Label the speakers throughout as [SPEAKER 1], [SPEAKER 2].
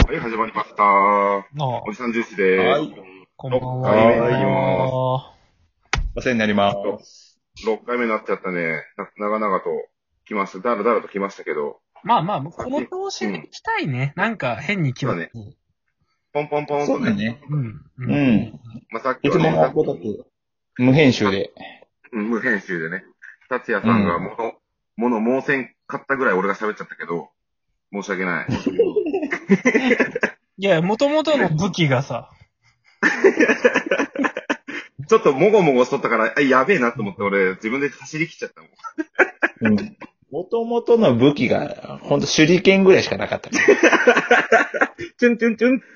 [SPEAKER 1] はい、始まりました。おじさん重視で
[SPEAKER 2] は
[SPEAKER 1] す。
[SPEAKER 2] い。
[SPEAKER 3] こんばん
[SPEAKER 1] 6回目になりま
[SPEAKER 3] は。
[SPEAKER 2] お世話になります。
[SPEAKER 1] す。6回目になっちゃったね。長々と来ました。だらだらと来ましたけど。
[SPEAKER 3] まあまあ、この調子で行きたいね。なんか変に決まって。
[SPEAKER 1] ポンポンポンとね。
[SPEAKER 2] そうだね。
[SPEAKER 3] うん。
[SPEAKER 2] うん。
[SPEAKER 1] まあ、さっき
[SPEAKER 2] いつも
[SPEAKER 1] はね、
[SPEAKER 2] のごとく、無編集で。
[SPEAKER 1] 無編集でね。達也さんが物申せんかったぐらい俺が喋っちゃったけど、申し訳ない。
[SPEAKER 3] いや、元々の武器がさ。
[SPEAKER 1] ちょっともごもごしとったから、やべえなと思って俺自分で走り切っちゃったもん。
[SPEAKER 2] もともとの武器が、ほんと手裏剣ぐらいしかなかったから。
[SPEAKER 1] チュンチュンチュンって。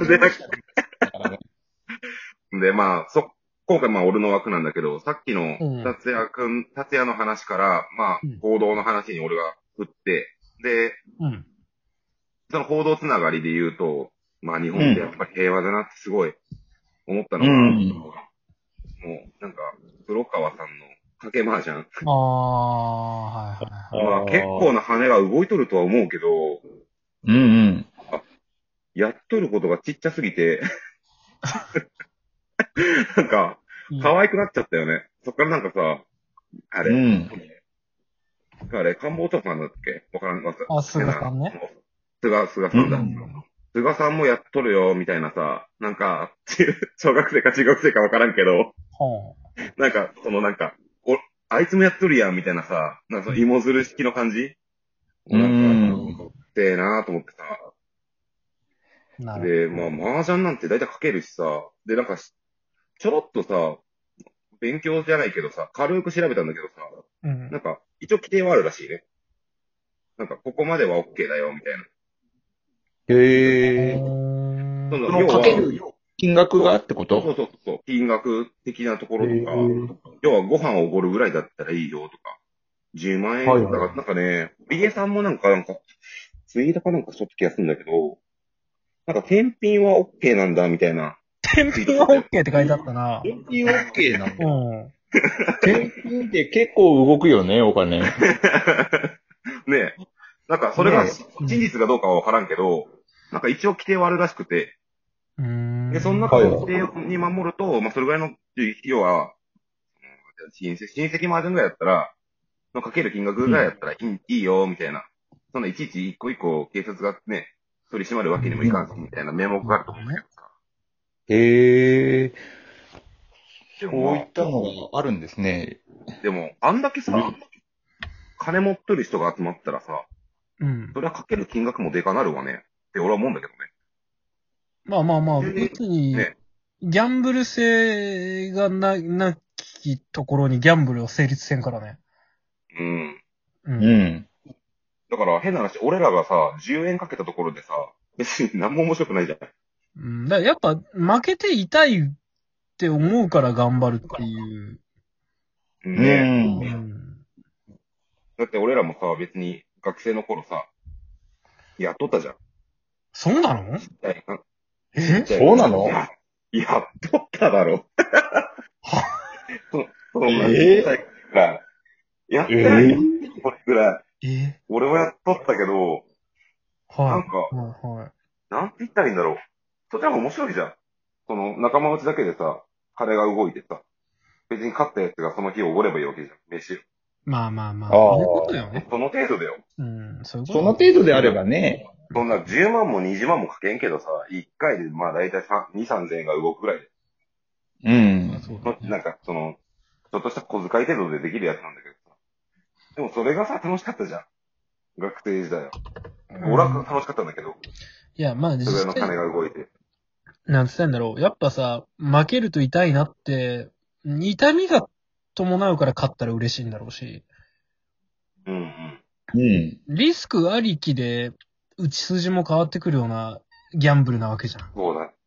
[SPEAKER 1] で、まあ、今回まあ俺の枠なんだけど、さっきの達也の話から、まあ、報道の話に俺が振って、で、その報道つながりで言うと、まあ日本ってやっぱり平和だなってすごい思ったのが、もうなんか、黒川さんの賭け麻雀。
[SPEAKER 3] はいはい。
[SPEAKER 1] まあ結構な羽が動いとるとは思うけど、やっとることがちっちゃすぎて、なんか、可愛くなっちゃったよね。そっからなんかさ、あれ、官房長官だっけわからん。
[SPEAKER 3] 菅さんね。
[SPEAKER 1] 菅さんだ。菅さんもやっとるよ、みたいなさ、なんか、小学生か中学生かわからんけど、なんか、あいつもやっとるやん、みたいなさ、なんかその芋づる式の感じなんか、ってえなーと思ってさ。で、まあ、麻雀なんて大体書けるしさ、で、なんか、ちょろっとさ、勉強じゃないけどさ、軽く調べたんだけどさ、なんか、一応規定はあるらしいね。なんか、ここまでは OK だよ、みたいな。
[SPEAKER 2] へ
[SPEAKER 1] そ
[SPEAKER 2] の、かける金額がってこと？
[SPEAKER 1] そう。金額的なところとか、要はご飯をおごるぐらいだったらいいよとか、10万円とか、なんかね、ビエさんもなんか、ツイートかなんかしとった気がするんだけど、なんか、返品は OK なんだ、みたいな。
[SPEAKER 3] 返品は OK って書いてあったな。
[SPEAKER 2] 返品 OK なんだ。返品って結構動くよね、お金。
[SPEAKER 1] ねえ。なんか、それが真実かどうかはわからんけど、なんか一応規定はあるらしくて、で、その中の規定に守ると、まあ、それぐらいの、要は、親戚麻雀ぐらいだったら、かける金額ぐらいだったらいいよ、みたいな。そんないちいち一個一個警察がね、取り締まるわけにもいかんし、みたいな名目があると思うんだけどさ。
[SPEAKER 2] へそういったのがあるんですね。
[SPEAKER 1] でも、あんだけさ、金持っとる人が集まったらさ、それはかける金額もでかなるわね。って俺は思うんだけどね。
[SPEAKER 3] まあ、別に、ギャンブル性がなきところにギャンブルを成立せんからね。
[SPEAKER 1] だから変な話、俺らがさ、10円かけたところでさ、別に何も面白くないじゃん。
[SPEAKER 3] だからやっぱ負けて痛いって思うから頑張るっていう。
[SPEAKER 1] だって俺らもさ、別に学生の頃さ、やっとったじゃん。
[SPEAKER 3] そうなの？
[SPEAKER 2] そうなの？
[SPEAKER 1] やっとっただろ。やってないよ。これぐらい。俺もやっとったけど、なんか、なんて言ったらいいんだろう。そっちの方が面白いじゃん。その、仲間内だけでさ、金が動いてさ、別に勝ったやつがその日おごればいいわけじゃん。飯を。
[SPEAKER 3] まあ。そういうことよね。
[SPEAKER 1] その程度だよ。
[SPEAKER 3] その
[SPEAKER 2] 程度であればね。
[SPEAKER 1] そんな10万も20万もかけんけどさ、1回でまあ大体2、3000円が動くぐらいで。なんか、その、ちょっとした小遣い程度でできるやつなんだけどさ。でもそれがさ、楽しかったじゃん。学生時代は。俺は楽しかったんだけど。
[SPEAKER 3] いや、まあ、
[SPEAKER 1] それぐらいの金が動いて。
[SPEAKER 3] なんつったんだろう。やっぱさ、負けると痛いなって、痛みが伴うから勝ったら嬉しいんだろうし。リスクありきで、打ち筋も変わってくるようなギャンブルなわけじゃん。
[SPEAKER 1] そうだ。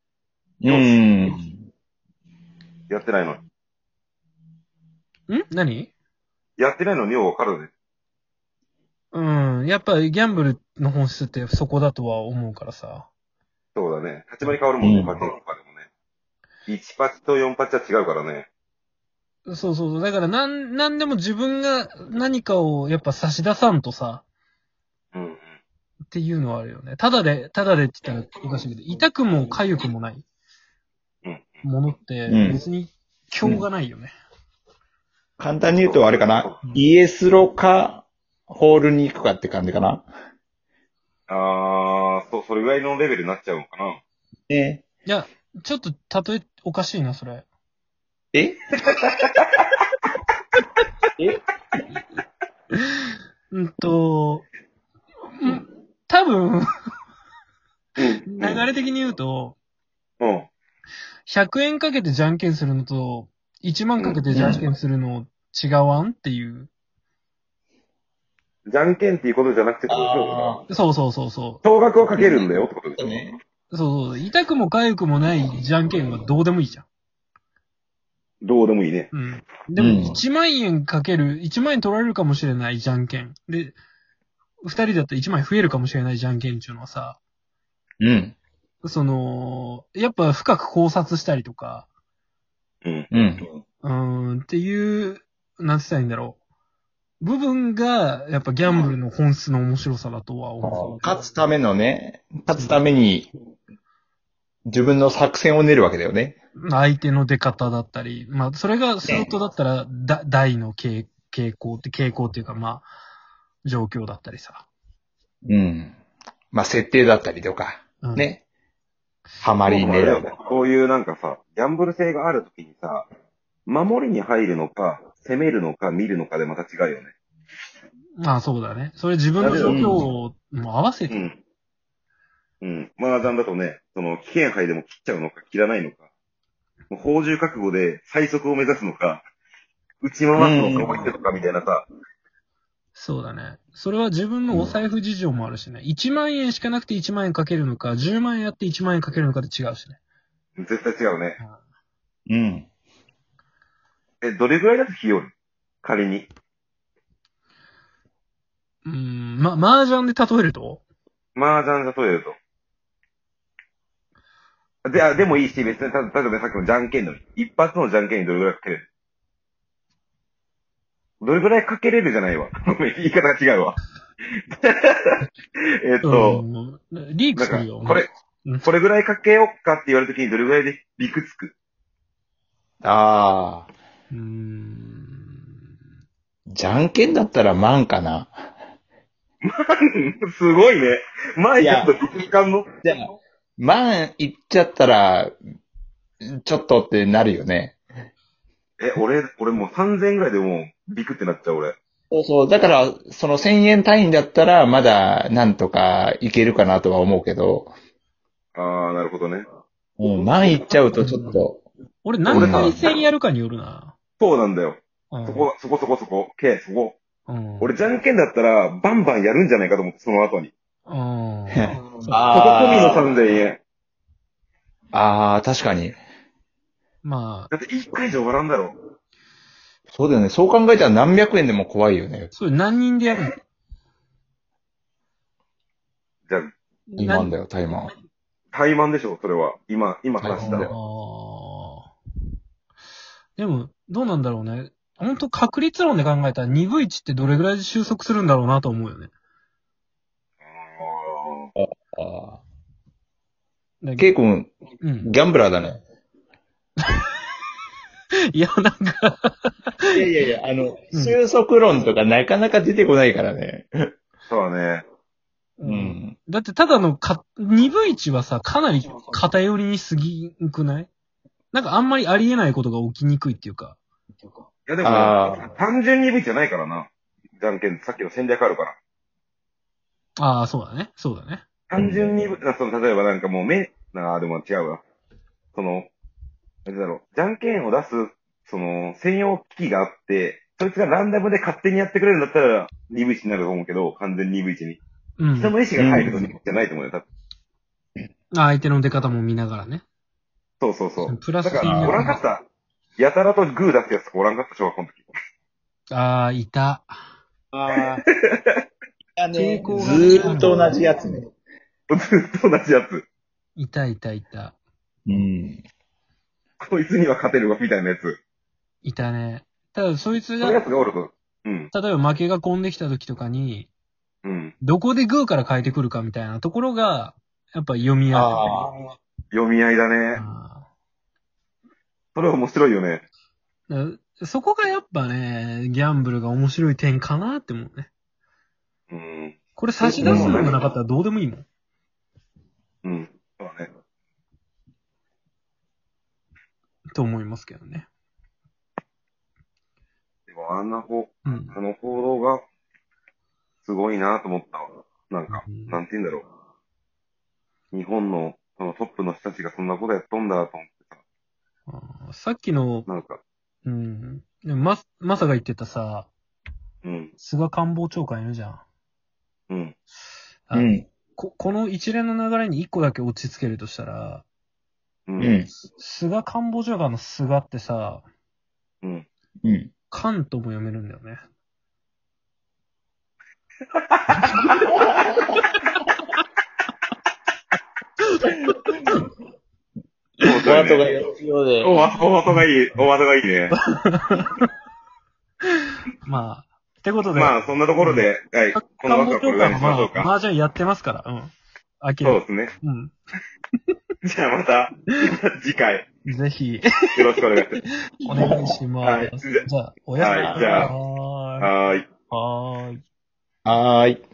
[SPEAKER 1] やってないのに。
[SPEAKER 3] 何？
[SPEAKER 1] やってないのにようわかるね。
[SPEAKER 3] やっぱりギャンブルの本質ってそこだとは思うからさ。
[SPEAKER 1] そうだね。立場に変わるもんね、パチンコとかでもね。1パチと4パチは違うからね。
[SPEAKER 3] そう。だからなんでも自分が何かをやっぱ差し出さんとさ。 っていうのはあるよね。ただでって言ったらおかしいけど、痛くも痒くもないものって、別に今日がないよね。
[SPEAKER 2] 簡単に言うとあれかな。イエスロか、ホールに行くかって感じかな。
[SPEAKER 1] それぐらいのレベルになっちゃうのかな。
[SPEAKER 2] ね。
[SPEAKER 3] いや、ちょっと例えおかしいな、それ。
[SPEAKER 2] え
[SPEAKER 3] 多分、流れ的に言うと、100円かけてじゃんけんするのと、1万かけてじゃんけんするの違わんっていう。
[SPEAKER 1] じゃんけんっていうことじゃなくて、
[SPEAKER 3] そうそうそうそう。
[SPEAKER 1] 総額をかけるんだよってことですね。
[SPEAKER 3] そう。痛くも痒くもないじゃんけんはどうでもいいじゃん。
[SPEAKER 1] どうでもいいね。
[SPEAKER 3] うん。でも1万円かける、1万円取られるかもしれないじゃんけん。で、2人だったら1万円増えるかもしれないじゃんけんっていうのはさ、やっぱ深く考察したりとか、っていう、なんて言ったらいいんだろう。部分が、やっぱギャンブルの本質の面白さだとは思う。
[SPEAKER 2] 勝つために、自分の作戦を練るわけだよね。
[SPEAKER 3] 相手の出方だったり、まあ、それがスロットだったら、大の傾向っていうか、まあ、状況だったりさ。
[SPEAKER 2] まあ、設定だったりとか、ね。ハマり狙う。
[SPEAKER 1] こういうなんかさ、ギャンブル性があるときにさ、守りに入るのか、攻めるのか、見るのかでまた違うよね。
[SPEAKER 3] ああ、そうだね。それ自分の状況も合わせて。
[SPEAKER 1] 麻雀だとね、危険牌でも切っちゃうのか、切らないのか。もう放獣覚悟で最速を目指すのか、打ち回すのか、置いてるのかみたいなさ。
[SPEAKER 3] そうだね。それは自分のお財布事情もあるしね。1万円しかなくて1万円かけるのか、10万円やって1万円かけるのかで違うしね。
[SPEAKER 1] 絶対違うね。どれぐらいだと費用仮に。
[SPEAKER 3] 麻雀で例えると
[SPEAKER 1] 麻雀で例えると。でもいいし、別に、例えばさっきのじゃんけんの、一発のじゃんけんにどれぐらいかけれる？どれぐらいかけれるじゃないわ。ごめん、言い方が違うわ。
[SPEAKER 3] リークするよ。
[SPEAKER 1] これぐらいかけよっかって言われた時にどれぐらいでビクつく？
[SPEAKER 2] じゃんけんだったら万かな。
[SPEAKER 1] すごいね。万いくといかんの？
[SPEAKER 2] じゃあ、万いっちゃったら、ちょっとってなるよね。
[SPEAKER 1] 俺もう3000円ぐらいでもうビクってなっちゃう俺。
[SPEAKER 2] そう。だから、その1000円単位だったら、まだなんとかいけるかなとは思うけど。
[SPEAKER 1] なるほどね。
[SPEAKER 2] 万いっちゃうとちょっと。
[SPEAKER 3] 俺何回戦やるかによるな。
[SPEAKER 1] そうなんだよ。そこ。俺じゃんけんだったら、バンバンやるんじゃないかと思って、その後に。そこ込みの3000円。
[SPEAKER 2] 確かに。
[SPEAKER 3] まあ。
[SPEAKER 1] だって1回じゃ終わらんだろ。
[SPEAKER 2] そうだよね。そう考えたら何百円でも怖いよね。
[SPEAKER 3] それ何人でやるの？
[SPEAKER 1] じゃあ。
[SPEAKER 2] 怠慢だよ、怠慢。
[SPEAKER 1] 怠慢でしょ、それは。今話したよ。
[SPEAKER 3] でも、どうなんだろうね。ほんと確率論で考えたら2分1ってどれぐらいで収束するんだろうなと思うよね。
[SPEAKER 2] ケイ君、ギャンブラーだね。
[SPEAKER 3] いや、なんか
[SPEAKER 2] いや、収束論とかなかなか出てこないからね。
[SPEAKER 1] そうだ
[SPEAKER 2] ね。
[SPEAKER 3] だってただの2分1はさ、かなり偏りに過ぎんくない？なんかあんまりありえないことが起きにくいっていうか。
[SPEAKER 1] いやでも、単純2分1じゃないからな。じゃんけん、さっきの戦略あるから。
[SPEAKER 3] そうだね。
[SPEAKER 1] 単純に、例えばなんかもうでも違うわ。じゃんけんを出す、専用機器があって、そいつがランダムで勝手にやってくれるんだったら、2分1になると思うけど、完全に2分1に。人の意思が入ると2分1じゃないと思うよ、多分。
[SPEAKER 3] 相手の出方も見ながらね。
[SPEAKER 1] そう。プラスだから、おらんかった。やたらとグー出すやつおらんかった、小学校の時。
[SPEAKER 3] いた。
[SPEAKER 2] ずーっと同じやつね。
[SPEAKER 1] ずっと同じやつ。
[SPEAKER 3] いた。
[SPEAKER 1] こいつには勝てるわ、みたいなやつ。
[SPEAKER 3] いたね。ただ、そいつが、
[SPEAKER 1] そういうやつがおると。
[SPEAKER 3] 例えば負けが込んできた時とかに、
[SPEAKER 1] うん。
[SPEAKER 3] どこでグーから変えてくるかみたいなところが、やっぱ読み合い。
[SPEAKER 1] 読み合いだね。それは面白いよね。
[SPEAKER 3] そこがやっぱね、ギャンブルが面白い点かなって思うね。
[SPEAKER 1] うん。
[SPEAKER 3] これ差し出すのがなかったらどうでもいいもん。
[SPEAKER 1] うん。そうだね。
[SPEAKER 3] と思いますけどね。
[SPEAKER 1] でもあの報道が、すごいなと思ったわ。なんか、なんて言うんだろう。日本のそのトップの人たちがそんなことやっとんだと思って
[SPEAKER 3] さっきの、
[SPEAKER 1] なんか、
[SPEAKER 3] でもまさが言ってたさ、菅官房長官いるじゃん。この一連の流れに一個だけ落ち着けるとしたら、菅官房長官の菅ってさ、官とも読めるんだよね。
[SPEAKER 2] お後がようで。
[SPEAKER 1] お後がいいね。
[SPEAKER 3] まあ、ってことで。
[SPEAKER 1] まあ、そんなところで、はい。この枠はこれぐらいにしましょうか。
[SPEAKER 3] 麻雀やってますから、
[SPEAKER 1] そうですね。じゃあまた、次回。
[SPEAKER 3] ぜひ。
[SPEAKER 1] よろしくお願いします。
[SPEAKER 3] お願いします。じゃあ、おやすみなさい。
[SPEAKER 1] はい、じゃあ。
[SPEAKER 3] はーい。
[SPEAKER 2] はーい。